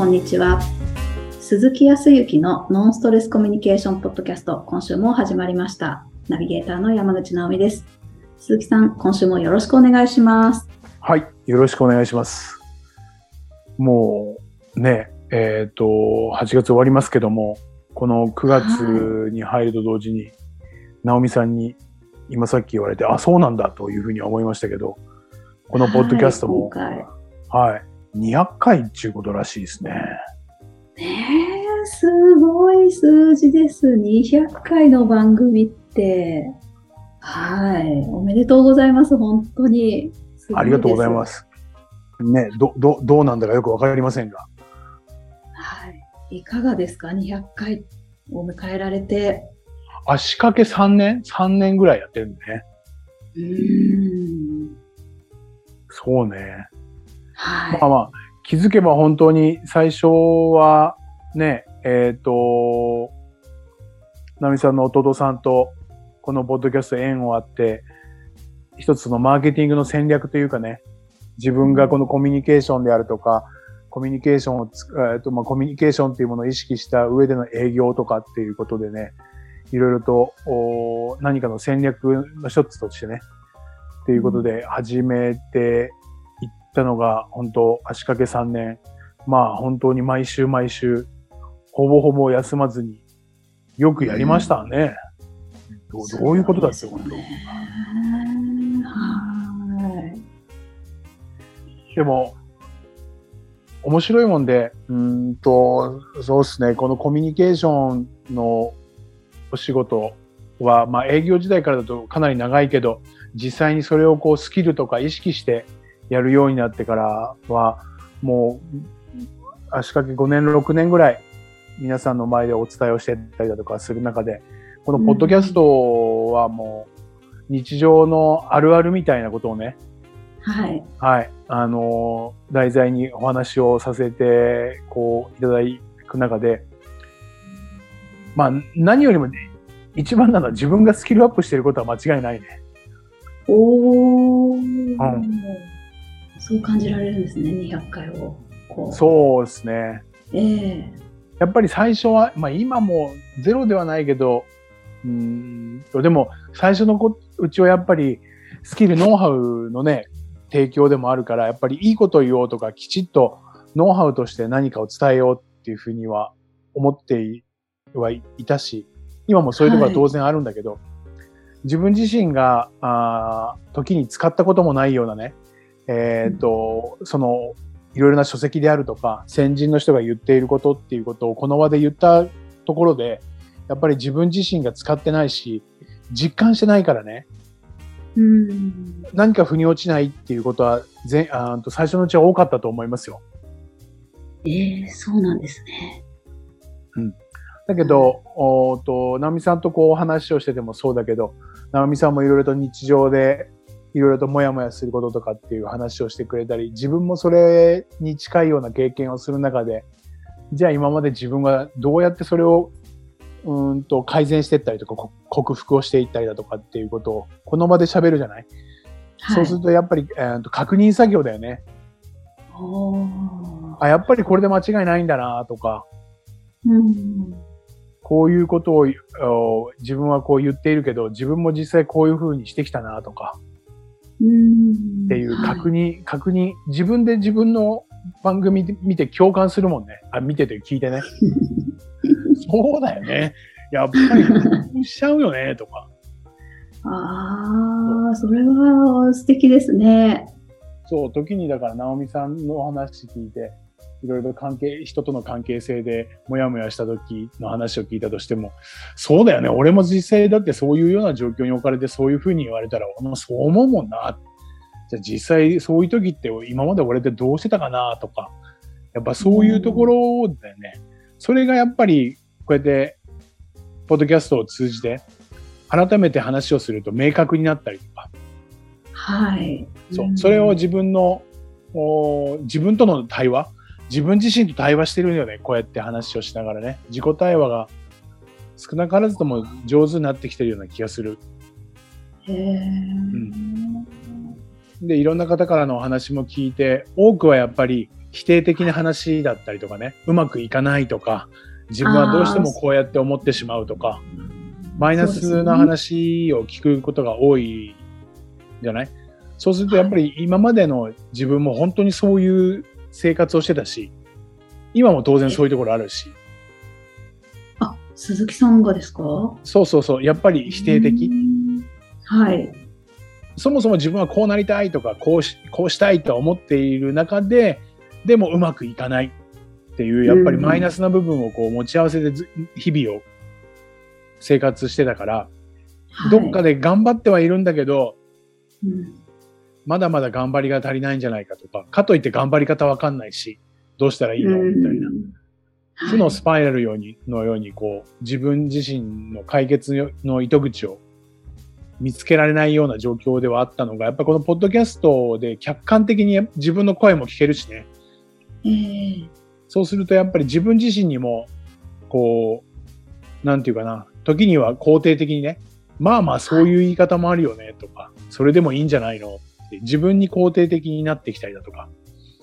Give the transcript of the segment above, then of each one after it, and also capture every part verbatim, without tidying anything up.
こんにちは。鈴木康之のノンストレスコミュニケーションポッドキャスト、今週も始まりました。ナビゲーターの山口直美です。鈴木さん、今週もよろしくお願いします。 はい、よろしくお願いします。もうね、えっと、はちがつ終わりますけども、このくがつに入ると同時に、はい、直美さんに今さっき言われて、あ、そうなんだというふうに思いましたけど、このポッドキャストも、はい、はい、にひゃっかいっていうことらしいですね。 ねえ、すごい数字です。にひゃっかいの番組って。はい。おめでとうございます。本当に。 ありがとうございます。ね、ど、ど、どうなんだかよくわかりませんが。 はい。いかがですか ?にひゃっかいを迎えられて。 足掛けさんねん ?さん 年ぐらいやってるんでね。 うーん。 そうね。 はい。 まあまあ、気づけば本当に最初はね、えっと、直美さんの弟さんとこのポッドキャスト縁をあって、一つのマーケティングの戦略というかね、自分がこのコミュニケーションであるとか、コミュニケーションをつ、えっと、まあ、コミュニケーションっていうものを意識した上での営業とかっていうことでね、いろいろとお何かの戦略の一つとしてね、っていうことで始めていったのが、本当足掛けさんねん。まあ本当に毎週毎週、ほぼほぼ休まずによくやりましたね。うん、どう、どういうことだって本当。 はい。 でも、面白いもんで、うーんと、そうですね、このコミュニケーションのお仕事は、まあ営業時代からだとかなり長いけど、実際にそれをこうスキルとか意識してやるようになってからは、もう、足掛けごねん、ろくねんぐらい皆さんの前でお伝えをしてたりだとかする中で、このポッドキャストはもう日常のあるあるみたいなことをね、 はい。 はい。あの、題材にお話をさせて、こう、いただく中で、まあ、何よりも、ね、一番なのは自分がスキルアップしていることは間違いないね。 おー。うん。そう感じられるんですね、にひゃっかいを。こうそうですね。 ええー。 やっぱり最初は、まあ今もゼロではないけど、うーんと、でも最初のうちはやっぱりスキル、ノウハウのね、提供でもあるから、やっぱりいいことを言おうとか、きちっとノウハウとして何かを伝えようっていうふうには思ってはいたし、今もそういうところは当然あるんだけど、はい、自分自身が、あ時に使ったこともないようなね、えっと、うん、その、いろいろな書籍であるとか、先人の人が言っていることっていうことをこの場で言ったところで、やっぱり自分自身が使ってないし、実感してないからね、 うん、 何か腑に落ちないっていうことはぜあと最初のうちは多かったと思いますよ。 ええー、そうなんですね。 うん。だけど、おーと、直美さんとこう話をしててもそうだけど、直美さんもいろいろと日常でいろいろともやもやすることとかっていう話をしてくれたり、自分もそれに近いような経験をする中で、じゃあ今まで自分がどうやってそれをうーんと改善していったりとか、克服をしていったりだとかっていうことをこの場で喋るじゃない、はい、そうするとやっぱり、えー、と確認作業だよね。 おあ、やっぱりこれで間違いないんだなとか、 うん、 こういうことを自分はこう言っているけど、自分も実際こういう風にしてきたなとか、 うんっていう確認、はい、確認、自分で自分の番組見て共感するもんね。あ、見てて聞いてね。そうだよね。やっぱりしちゃうよねとか。 ああ、それは素敵ですね。 そう、時にだから直美さんの話聞いて、いろいろ関係、人との関係性でもやもやした時の話を聞いたとしても、そうだよね。俺も実際だってそういうような状況に置かれてそういうふうに言われたら、俺もそう思うもんな。じゃあ実際そういう時って今まで俺ってどうしてたかなとか、やっぱそういうところだよね。それがやっぱりこうやってポッドキャストを通じて改めて話をすると明確になったりとか。 はい。 そう。それを自分の、自分との対話、自分自身と対話してるよね。こうやって話をしながらね。自己対話が少なからずとも上手になってきてるような気がする。 へー。 うんで、いろんな方からのお話も聞いて、多くはやっぱり否定的な話だったりとかね、うまくいかないとか、自分はどうしてもこうやって思ってしまうとか、マイナスな話を聞くことが多いじゃない？そうするとやっぱり今までの自分も本当にそういう生活をしてたし、今も当然そういうところあるし。 あ、鈴木さんがですか？ そうそうそう、やっぱり否定的。 はい。 そもそも自分はこうなりたいとか、こうし、こうしたいと思っている中で、でもうまくいかないっていう、やっぱりマイナスな部分をこう持ち合わせて日々を生活してたから、はい、どっかで頑張ってはいるんだけど、うん、まだまだ頑張りが足りないんじゃないかとか、かといって頑張り方わかんないし、どうしたらいいのみたいな。負のスパイラルようにのように、こう、自分自身の解決の糸口を見つけられないような状況ではあったのが、やっぱこのポッドキャストで客観的に自分の声も聞けるしね。えー、そうするとやっぱり自分自身にも、こう、なんていうかな、時には肯定的にね、まあまあそういう言い方もあるよねとか、それでもいいんじゃないのって自分に肯定的になってきたりだとか。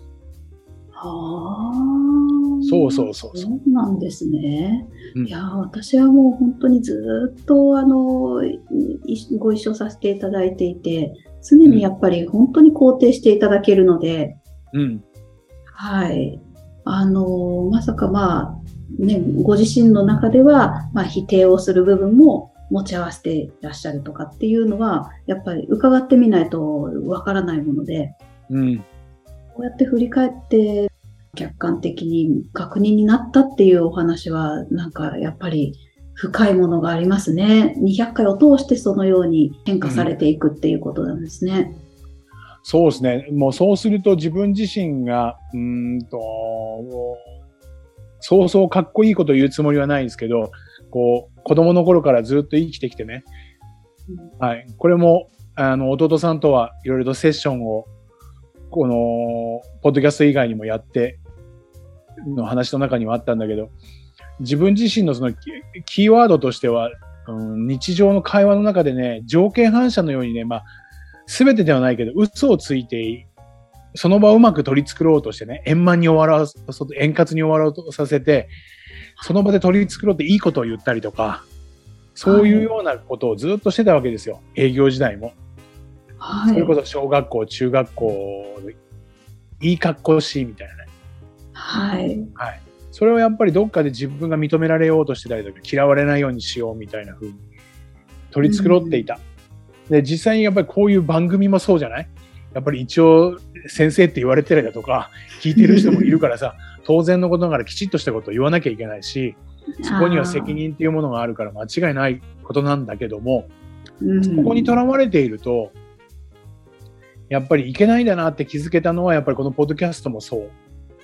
はあ。 そうそうそうそう。 そうなんですね。うん、いや、私はもう本当にずっとあの、ご一緒させていただいていて、常にやっぱり本当に肯定していただけるので、うん。はい。あの、まさかまあ、ね、ご自身の中では、まあ、否定をする部分も持ち合わせていらっしゃるとかっていうのは、やっぱり伺ってみないとわからないもので、うん、こうやって振り返って客観的に確認になったっていうお話は、なんかやっぱり深いものがありますね。にひゃっかいを通してそのように変化されていくっていうことなんですね。うん、 そうですね。もうそうすると自分自身が、うーんと、そうそうかっこいいことを言うつもりはないですけど、こう、子供の頃からずっと生きてきてね。うん、はい。これも、あの、弟さんとはいろいろとセッションを、この、ポッドキャスト以外にもやって、の話の中にはあったんだけど、自分自身のそのキーワードとしては、うん、日常の会話の中でね、条件反射のようにね、まあ、すべてではないけど、嘘をついて、その場をうまく取り繕ろうとしてね、円満に終わらせ、円滑に終わろうとさせて、その場で取り繕っていいことを言ったりとか、そういうようなことをずっとしてたわけですよ。営業時代も。はい、それこそ小学校、中学校、いい格好しいみたいなね。はい。はい。それをやっぱりどっかで自分が認められようとしてたりとか、嫌われないようにしようみたいな風に取り繕っていた。うん、で、実際にやっぱりこういう番組もそうじゃない？やっぱり一応先生って言われてたりだとか、聞いてる人もいるからさ、当然のことながらきちっとしたことを言わなきゃいけないし、そこには責任っていうものがあるから間違いないことなんだけども、そこにとらわれていると、やっぱりいけないんだなって気づけたのは、やっぱりこのポッドキャストもそう。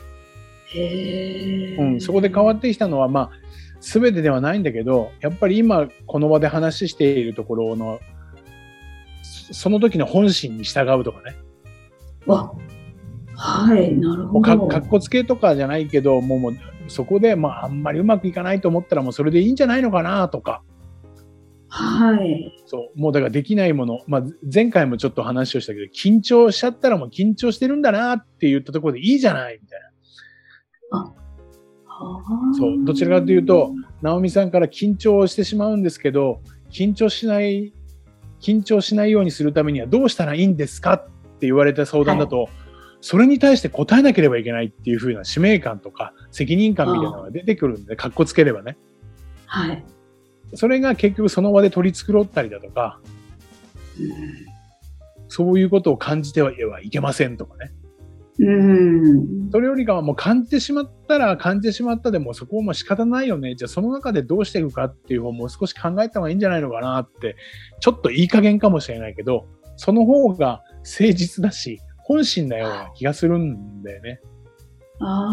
へー。うん、そこで変わってきたのは、まあ、すべてではないんだけど、やっぱり今この場で話しているところの、その時の本心に従うとかね。 わ、はい、なるほど。 か, かっこつけとかじゃないけど、もう、もうそこで、まあ、あんまりうまくいかないと思ったら、もうそれでいいんじゃないのかなとか。 はい。 そう。もうだからできないもの。まあ、前回もちょっと話をしたけど、緊張しちゃったらもう緊張してるんだなって言ったところでいいじゃないみたいな。あ、はあ。そう。どちらかというと、直美さんから緊張してしまうんですけど、緊張しない、緊張しないようにするためにはどうしたらいいんですかって言われた相談だと、はい、それに対して答えなければいけないっていう風な使命感とか責任感みたいなのが出てくるんで、かっこつければね。はい。それが結局その場で取り繕ったりだとか、うん、そういうことを感じてはいけませんとかね。うん、それよりかはもう感じてしまったら感じてしまったでもそこはもう仕方ないよね。じゃあその中でどうしていくかっていう方をもう少し考えた方がいいんじゃないのかなって、ちょっといい加減かもしれないけど、その方が誠実だし、本心なような気がするんだよね。ああ、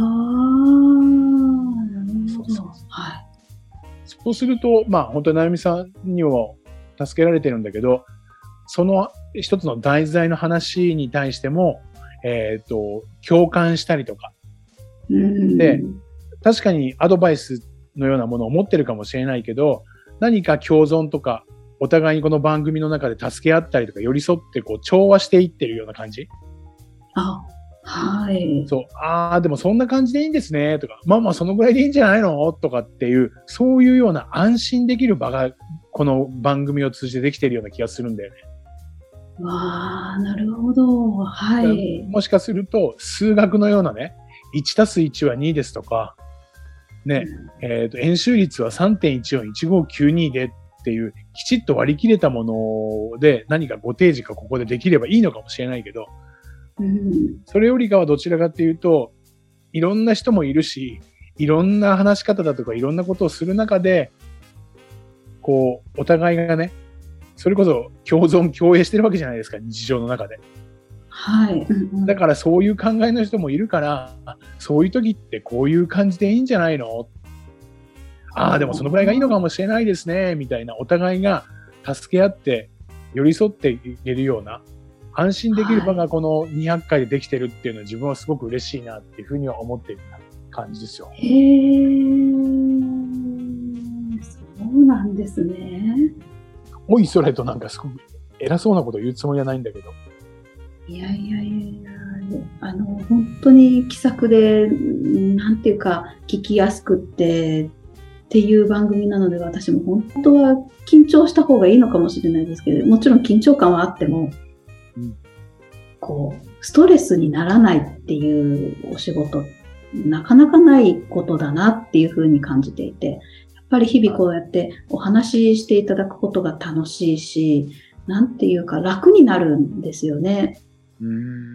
なるほど。そうそうそう。はい。そうすると、まあ本当になるみさんにも助けられてるんだけど、その一つの題材の話に対しても、えっと、共感したりとか。で、確かにアドバイスのようなものを持ってるかもしれないけど、何か共存とか、お互いにこの番組の中で助け合ったりとか寄り添ってこう調和していってるような感じ。あ、 はい。 そう、ああ、でもそんな感じでいいんですね、とか、まあまあそのぐらいでいいんじゃないのとかっていう、そういうような安心できる場が、この番組を通じてできているような気がするんだよね。 わあ、なるほど。はだからい。 もしかすると、数学のようなね、いちたすいちはにですとか、ね、えっと、円周率は さんてんいちよんいちごきゅうに でっていう、きちっと割り切れたもので何かご提示がここでできればいいのかもしれないけど、 うん、 それよりかはどちらかっていうと、いろんな人もいるし、いろんな話し方だとかいろんなことをする中で、こう、お互いがね、それこそ共存共栄してるわけじゃないですか、日常の中で。 はい。うんうん、 だからそういう考えの人もいるから、そういう時ってこういう感じでいいんじゃないの？ああ、でもそのぐらいがいいのかもしれないですね、みたいな、お互いが助け合って寄り添っていけるような、安心できる場がこのにひゃっかいでできてるっていうのは自分はすごく嬉しいなっていうふうには思っている感じですよ。 へえ、そうなんですね。 おいそれとなんかすごく偉そうなことを言うつもりはないんだけど。 いやいやいやいや、あの、本当に気さくで、なんていうか、聞きやすくって、っていう番組なので、私も本当は緊張した方がいいのかもしれないですけど、もちろん緊張感はあっても、うん、こう、ストレスにならないっていうお仕事、なかなかないことだなっていうふうに感じていて、やっぱり日々こうやってお話ししていただくことが楽しいし、なんていうか楽になるんですよね。うん、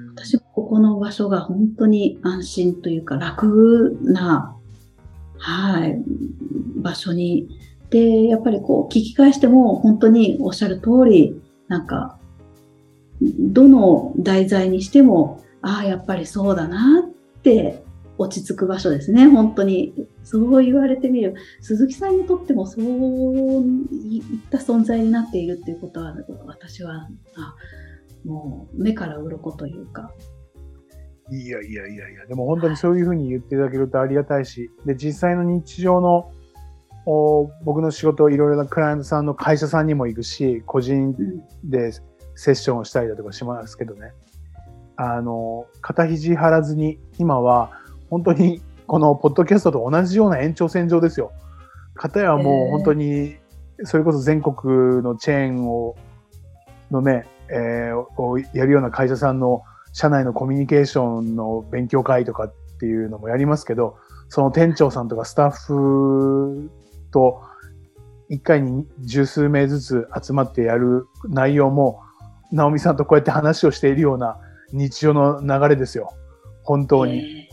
私もここの場所が本当に安心というか楽な、はい、場所に。で、やっぱりこう聞き返しても本当におっしゃる通り、なんか、どの題材にしても、ああ、やっぱりそうだなって落ち着く場所ですね、本当に。そう言われてみる。鈴木さんにとってもそういった存在になっているっていうことは、私は、あもう目から鱗というか。 いやいやいやいや、でも本当にそういうふうに言っていただけるとありがたいし、で、実際の日常のお僕の仕事、いろいろなクライアントさんの会社さんにも行くし、個人でセッションをしたりだとかしますけどね。あの、肩肘張らずに、今は本当にこのポッドキャストと同じような延長線上ですよ。片やもう本当に、それこそ全国のチェーンを、のね、えー、をやるような会社さんの社内のコミュニケーションの勉強会とかっていうのもやりますけど、その店長さんとかスタッフと一回に十数名ずつ集まってやる内容も、直美さんとこうやって話をしているような日常の流れですよ。本当に。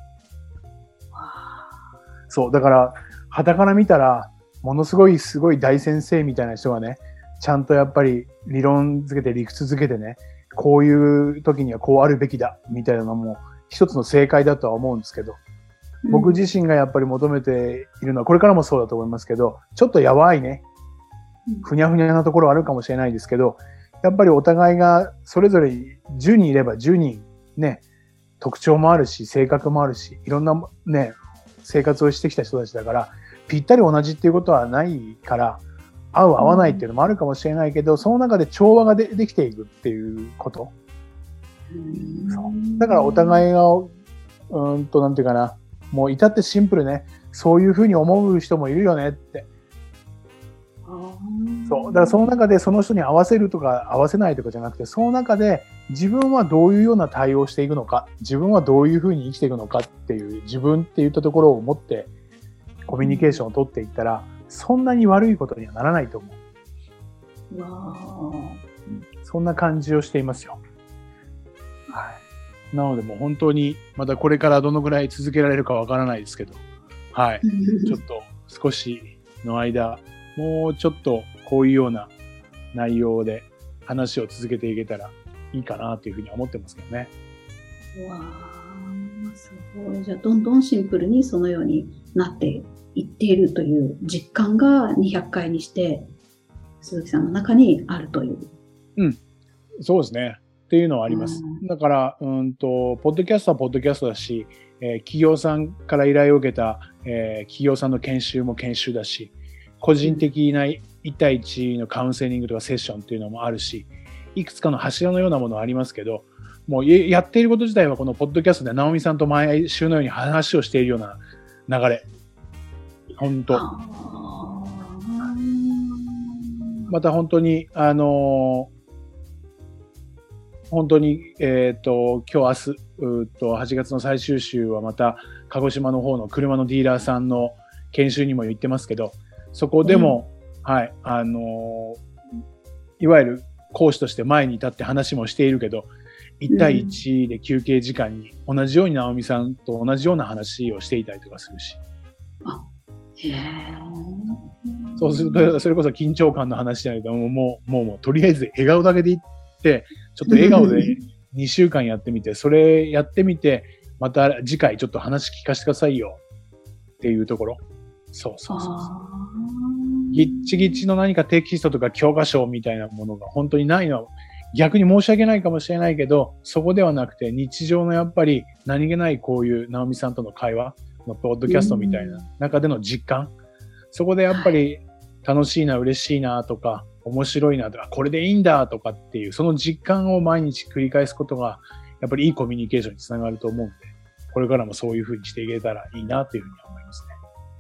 そう、だから、傍から見たら、ものすごいすごい大先生みたいな人がね、ちゃんとやっぱり理論づけて理屈づけてね、こういう時にはこうあるべきだみたいなのも一つの正解だとは思うんですけど、僕自身がやっぱり求めているのは、これからもそうだと思いますけど、ちょっとやばいね、ふにゃふにゃなところあるかもしれないですけど、やっぱりお互いがそれぞれじゅうにんいればじゅうにんね、特徴もあるし、性格もあるし、いろんなね、生活をしてきた人たちだから、ぴったり同じっていうことはないから、合う合わないっていうのもあるかもしれないけど、うん、その中で調和が で, できていくっていうこと。うんそうだからお互いが、うんと、なんていうかな、もう至ってシンプルね、そういうふうに思う人もいるよねって。そう。だからその中でその人に合わせるとか合わせないとかじゃなくて、その中で自分はどういうような対応をしていくのか、自分はどういうふうに生きていくのかっていう、自分っていったところを持ってコミュニケーションを取っていったら、そんなに悪いことにはならないと思う。わそんな感じをしていますよ。はい。なのでもう本当にまたこれからどのぐらい続けられるかわからないですけど、はい。ちょっと少しの間、もうちょっとこういうような内容で話を続けていけたらいいかなというふうに思ってますけどね。 わー、すごい。じゃあどんどんシンプルにそのようになっていっているという実感がにひゃっかいにして鈴木さんの中にあるという。 うん、そうですね。っていうのはあります。だから、うんと、ポッドキャストはポッドキャストだし、えー、企業さんから依頼を受けた、えー、企業さんの研修も研修だし、個人的ないち対いちのカウンセリングとかセッションっていうのもあるし、いくつかの柱のようなものはありますけど、 もうやっていること自体はこのポッドキャストで直美さんと毎週のように話をしているような流れ。本当。また本当に、あのー、本当に、えっと、今日明日、うとはちがつの最終週はまた鹿児島の方の車のディーラーさんの研修にも行ってますけど、そこでも、うん、はい、あのー、いわゆる講師として前に立って話もしているけど、いち対いちで休憩時間に同じように直美さんと同じような話をしていたりとかするし。あ、へー。そうすると、それこそ緊張感の話じゃないと、もう、もう、もう、とりあえず笑顔だけでいって、ちょっと笑顔でにしゅうかんやってみて、それやってみて、また次回ちょっと話聞かせてくださいよっていうところ。そうそうそうそう。ぎっちぎちの何かテキストとか教科書みたいなものが本当にないのは、逆に申し訳ないかもしれないけど、そこではなくて日常のやっぱり何気ないこういう直美さんとの会話のポッドキャストみたいな中での実感、そこでやっぱり楽しいな、嬉しいなとか、面白いなとか、これでいいんだとかっていう、その実感を毎日繰り返すことが、やっぱりいいコミュニケーションにつながると思うんで、これからもそういうふうにしていけたらいいなというふうに思いますね。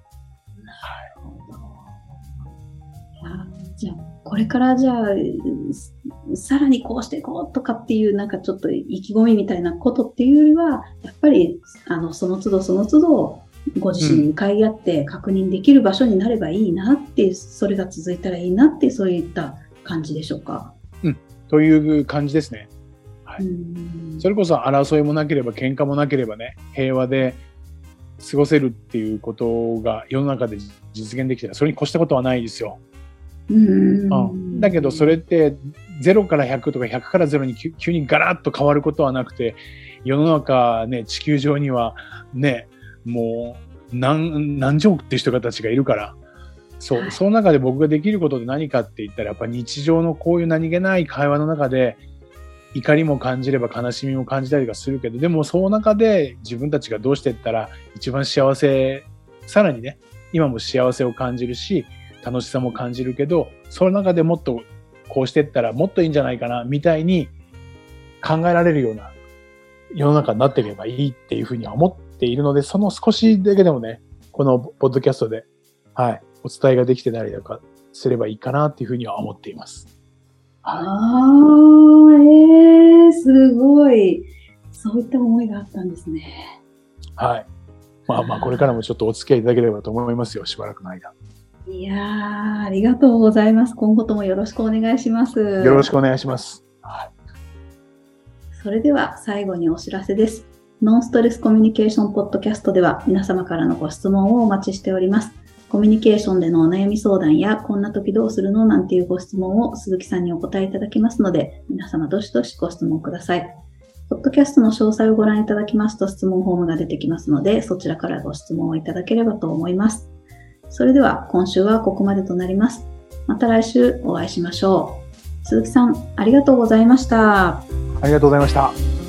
はい。じゃあ、これからじゃあ、さらにこうしていこうとかっていう、なんかちょっと意気込みみたいなことっていうよりは、やっぱり、あの、その都度その都度、ご自身に向かい合って確認できる場所になればいいなって、うん、それが続いたらいいなって、そういった感じでしょうか。 うん、という感じですね。はい。それこそ争いもなければ喧嘩もなければね、平和で過ごせるっていうことが世の中で実現できたら、それに越したことはないですよ。うんうん、だけどそれってゼロからひゃくとかひゃくからゼロに急にガラッと変わることはなくて、世の中ね、地球上にはね、もう何、何十億っていう人たちがいるから、そう、はい、その中で僕ができることで何かって言ったら、やっぱ日常のこういう何気ない会話の中で、怒りも感じれば悲しみも感じたりとかするけど、でもその中で自分たちがどうしていったら一番幸せ、さらにね、今も幸せを感じるし、楽しさも感じるけど、その中でもっとこうしていったらもっといいんじゃないかな、みたいに考えられるような世の中になっていけばいいっていうふうには思っているので、その少しだけでもね、このポッドキャストで、はい、お伝えができてたりとかすればいいかなっていうふうには思っています。 はい、ああ、ええー、すごい。そういった思いがあったんですね。 はい。まあまあ、これからもちょっとお付き合いいただければと思いますよ、しばらくの間。 いやー、ありがとうございます。今後ともよろしくお願いします。 よろしくお願いします。はい、 それでは最後にお知らせです。ノンストレスコミュニケーションポッドキャストでは皆様からのご質問をお待ちしております。コミュニケーションでのお悩み相談や、こんな時どうするのなんていうご質問を鈴木さんにお答えいただきますので、皆様どしどしご質問ください。ポッドキャストの詳細をご覧いただきますと質問フォームが出てきますので、そちらからご質問をいただければと思います。それでは今週はここまでとなります。また来週お会いしましょう。鈴木さん、ありがとうございました。 ありがとうございました。